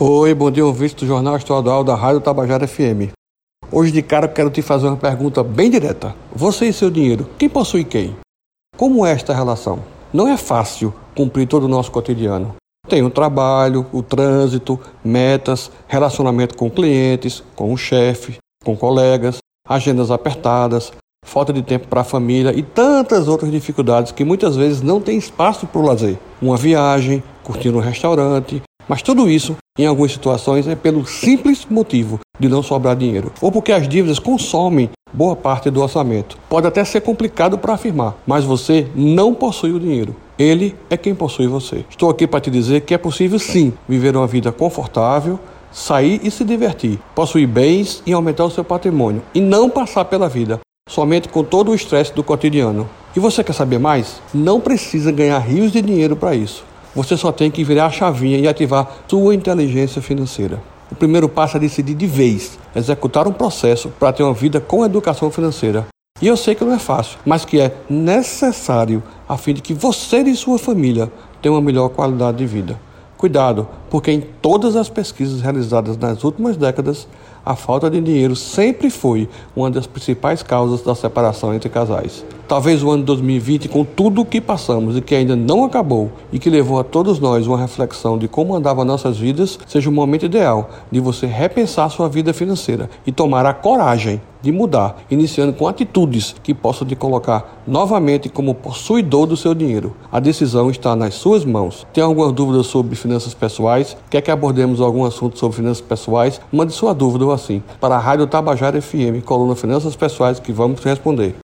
Oi, bom dia, ouvinte do Jornal Estadual da Rádio Tabajara FM. Hoje de cara quero te fazer uma pergunta bem direta. Você e seu dinheiro, quem possui quem? Como é esta relação? Não é fácil cumprir todo o nosso cotidiano. Tem o trabalho, o trânsito, metas, relacionamento com clientes, com o chefe, com colegas, agendas apertadas, falta de tempo para a família e tantas outras dificuldades que muitas vezes não tem espaço para o lazer. Uma viagem, curtir um restaurante, mas tudo isso, em algumas situações, é pelo simples motivo de não sobrar dinheiro, ou porque as dívidas consomem boa parte do orçamento. Pode até ser complicado para afirmar, mas você não possui o dinheiro. Ele é quem possui você. Estou aqui para te dizer que é possível sim viver uma vida confortável, sair e se divertir, possuir bens e aumentar o seu patrimônio, e não passar pela vida somente com todo o estresse do cotidiano. E você quer saber mais? Não precisa ganhar rios de dinheiro para isso. Você só tem que virar a chavinha e ativar sua inteligência financeira. O primeiro passo é decidir de vez, executar um processo para ter uma vida com educação financeira. E eu sei que não é fácil, mas que é necessário a fim de que você e sua família tenham uma melhor qualidade de vida. Cuidado, porque em todas as pesquisas realizadas nas últimas décadas, a falta de dinheiro sempre foi uma das principais causas da separação entre casais. Talvez o ano de 2020, com tudo o que passamos e que ainda não acabou e que levou a todos nós uma reflexão de como andavam nossas vidas, seja o momento ideal de você repensar sua vida financeira e tomar a coragem de mudar, iniciando com atitudes que possam te colocar novamente como possuidor do seu dinheiro. A decisão está nas suas mãos. Tem alguma dúvida sobre finanças pessoais? Quer que abordemos algum assunto sobre finanças pessoais? Mande sua dúvida ou assim para a Rádio Tabajara FM, coluna Finanças Pessoais, que vamos responder.